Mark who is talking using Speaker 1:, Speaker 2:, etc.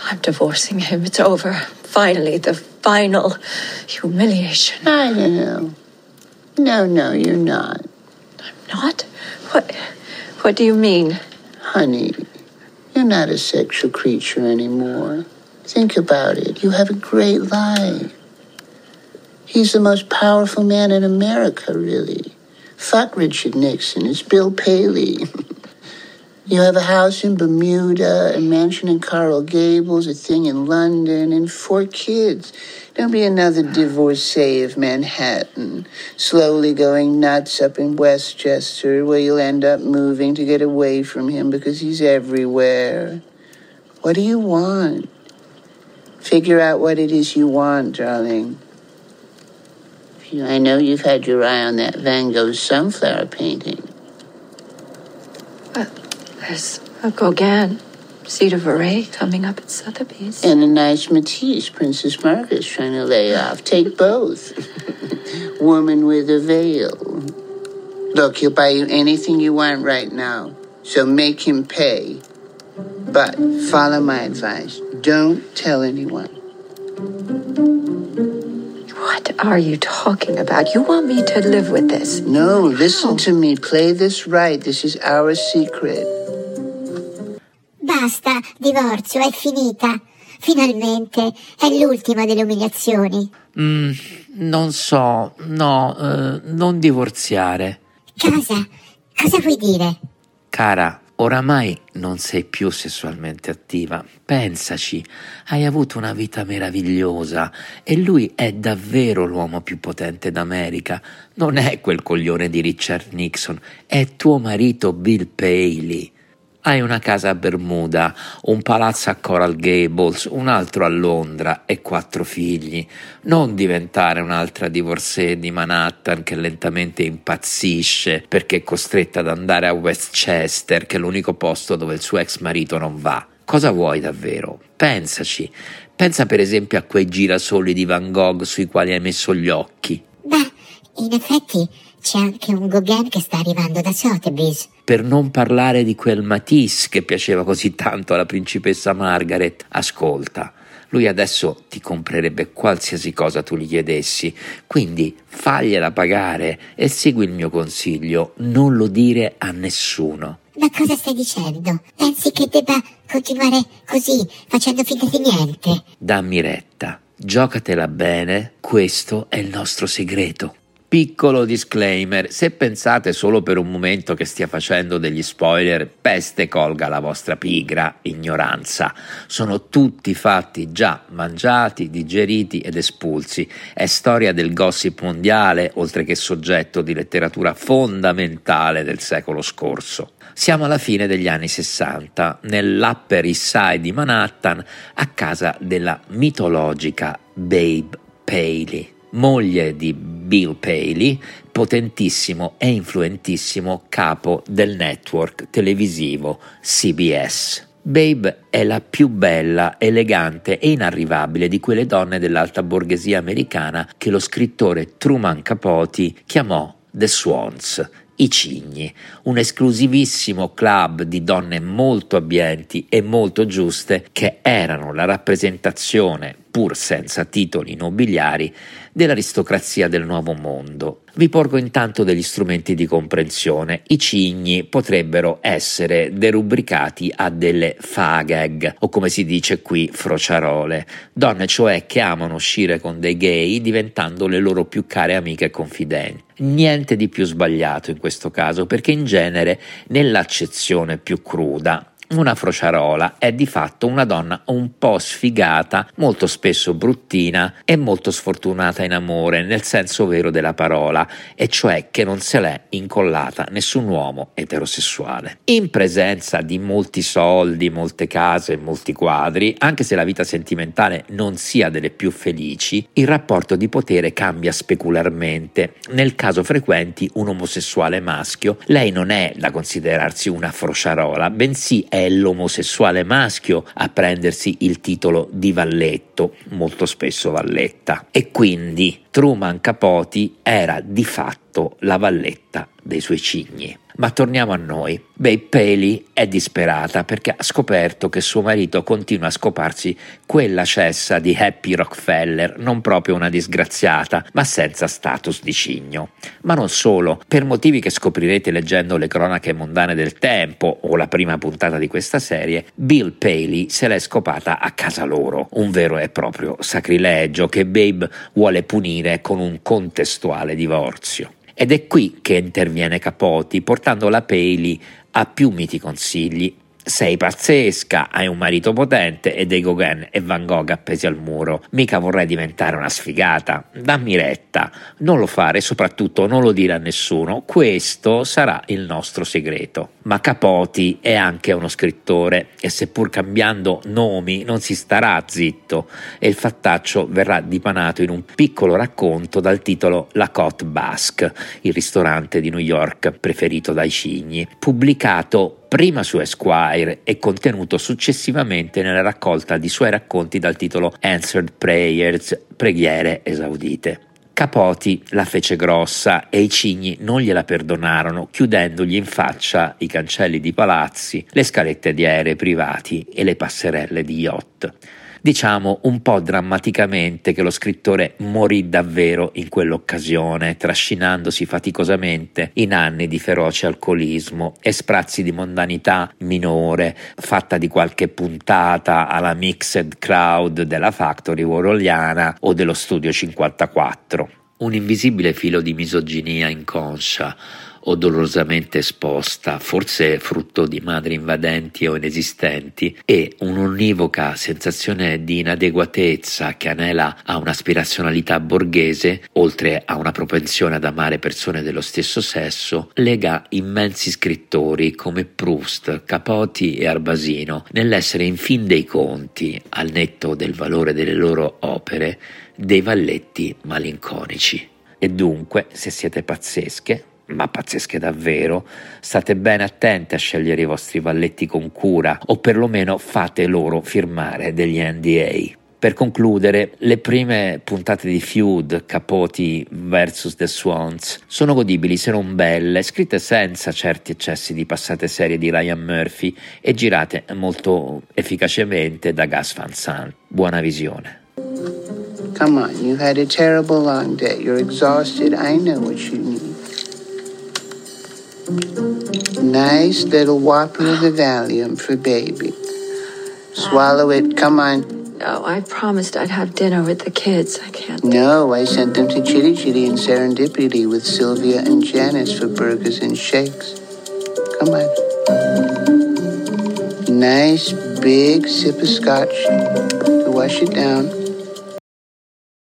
Speaker 1: I'm divorcing him. It's over. Finally, the final humiliation.
Speaker 2: I don't know. No, you're not.
Speaker 1: I'm not? What do you mean?
Speaker 2: Honey, you're not a sexual creature anymore. Think about it. You have a great life. He's the most powerful man in America, really. Fuck Richard Nixon. It's Bill Paley. You have a house in Bermuda, a mansion in Coral Gables, a thing in London, and 4 kids. Don't be another divorcee of Manhattan, slowly going nuts up in Westchester, where you'll end up moving to get away from him because he's everywhere. What do you want? Figure out what it is you want, darling. I know you've had your eye on that Van Gogh sunflower painting.
Speaker 1: There's a Gauguin, Cedar Verret coming up at Sotheby's.
Speaker 2: And a nice Matisse Princess Margaret's trying to lay off. Take both. Woman with a veil. Look, he'll buy you anything you want right now, so make him pay. But follow my advice. Don't tell anyone.
Speaker 1: What are you talking about? You want me to live with this?
Speaker 2: No, listen to me. Play this right. This is our secret.
Speaker 3: Basta, divorzio, è finita. Finalmente, è l'ultima delle umiliazioni.
Speaker 4: Non so, no, non divorziare.
Speaker 3: Cosa vuoi dire?
Speaker 4: Cara, oramai non sei più sessualmente attiva. Pensaci, hai avuto una vita meravigliosa e lui è davvero l'uomo più potente d'America. Non è quel coglione di Richard Nixon, è tuo marito Bill Paley. Hai una casa a Bermuda, un palazzo a Coral Gables, un altro a Londra e 4 figli. Non diventare un'altra divorcée di Manhattan che lentamente impazzisce perché è costretta ad andare a Westchester, che è l'unico posto dove il suo ex marito non va. Cosa vuoi davvero? Pensaci. Pensa per esempio a quei girasoli di Van Gogh sui quali hai messo gli occhi.
Speaker 3: Beh, in effetti c'è anche un Gauguin che sta arrivando da Sotheby's.
Speaker 4: Per non parlare di quel Matisse che piaceva così tanto alla principessa Margaret. Ascolta, lui adesso ti comprerebbe qualsiasi cosa tu gli chiedessi, quindi fagliela pagare e segui il mio consiglio, non lo dire a nessuno.
Speaker 3: Ma cosa stai dicendo? Pensi che debba continuare così, facendo finta di niente?
Speaker 4: Dammi retta, giocatela bene, questo è il nostro segreto. Piccolo disclaimer, se pensate solo per un momento che stia facendo degli spoiler, peste colga la vostra pigra ignoranza. Sono tutti fatti già mangiati, digeriti ed espulsi. È storia del gossip mondiale, oltre che soggetto di letteratura fondamentale del secolo scorso. Siamo alla fine degli anni 60, nell'Upper East Side di Manhattan, a casa della mitologica Babe Paley, moglie di Bill Paley, potentissimo e influentissimo capo del network televisivo CBS. Babe è la più bella, elegante e inarrivabile di quelle donne dell'alta borghesia americana che lo scrittore Truman Capote chiamò The Swans, i cigni, un esclusivissimo club di donne molto abbienti e molto giuste che erano la rappresentazione, pur senza titoli nobiliari, dell'aristocrazia del Nuovo Mondo. Vi porgo intanto degli strumenti di comprensione. I cigni potrebbero essere derubricati a delle fagag, o come si dice qui, frociarole, donne cioè che amano uscire con dei gay diventando le loro più care amiche e confidenti. Niente di più sbagliato in questo caso, perché in genere, nell'accezione più cruda, una frociarola è di fatto una donna un po' sfigata, molto spesso bruttina e molto sfortunata in amore, nel senso vero della parola, e cioè che non se l'è incollata nessun uomo eterosessuale. In presenza di molti soldi, molte case e molti quadri, anche se la vita sentimentale non sia delle più felici, il rapporto di potere cambia specularmente. Nel caso frequenti un omosessuale maschio, lei non è da considerarsi una frociarola, bensì è l'omosessuale maschio a prendersi il titolo di valletto, molto spesso valletta. E quindi Truman Capote era di fatto sotto la valletta dei suoi cigni. Ma torniamo a noi. Babe Paley è disperata perché ha scoperto che suo marito continua a scoparsi quella cessa di Happy Rockefeller, non proprio una disgraziata, ma senza status di cigno. Ma non solo, per motivi che scoprirete leggendo le cronache mondane del tempo o la prima puntata di questa serie, Bill Paley se l'è scopata a casa loro, un vero e proprio sacrilegio che Babe vuole punire con un contestuale divorzio. Ed è qui che interviene Capote, portando la Paley a più miti consigli. Sei pazzesca, hai un marito potente e dei Gauguin e Van Gogh appesi al muro. Mica vorrai diventare una sfigata. Dammi retta, non lo fare, soprattutto non lo dire a nessuno. Questo sarà il nostro segreto. Ma Capote è anche uno scrittore e seppur cambiando nomi non si starà zitto e il fattaccio verrà dipanato in un piccolo racconto dal titolo La Côte Basque, il ristorante di New York preferito dai cigni, pubblicato prima su Esquire e contenuto successivamente nella raccolta di suoi racconti dal titolo Answered Prayers, preghiere esaudite. Capote la fece grossa e i cigni non gliela perdonarono, chiudendogli in faccia i cancelli di palazzi, le scalette di aerei privati e le passerelle di yacht. Diciamo un po' drammaticamente che lo scrittore morì davvero in quell'occasione, trascinandosi faticosamente in anni di feroce alcolismo e sprazzi di mondanità minore, fatta di qualche puntata alla mixed crowd della Factory Warholiana o dello Studio 54. Un invisibile filo di misoginia inconscia o dolorosamente esposta, forse frutto di madri invadenti o inesistenti, e un'univoca sensazione di inadeguatezza che anela a un'aspirazionalità borghese, oltre a una propensione ad amare persone dello stesso sesso, lega immensi scrittori come Proust, Capote e Arbasino nell'essere in fin dei conti, al netto del valore delle loro opere, dei valletti malinconici. E dunque, se siete pazzesche, ma pazzesche davvero, state bene attente a scegliere i vostri valletti con cura o perlomeno fate loro firmare degli NDA. Per concludere, le prime puntate di Feud, Capote vs. The Swans, sono godibili se non belle, scritte senza certi eccessi di passate serie di Ryan Murphy e girate molto efficacemente da Gus Van Sant. Buona visione.
Speaker 2: Come on, you had a terrible long day. You're exhausted. I know what you need. Nice little whopper of the Valium for baby. Swallow it, come on.
Speaker 1: No, I promised I'd have dinner with the kids. I can't.
Speaker 2: No, I sent them to Chitty Chitty and Serendipity with Sylvia and Janice for burgers and shakes. Come on. Nice big sip of scotch to wash it down.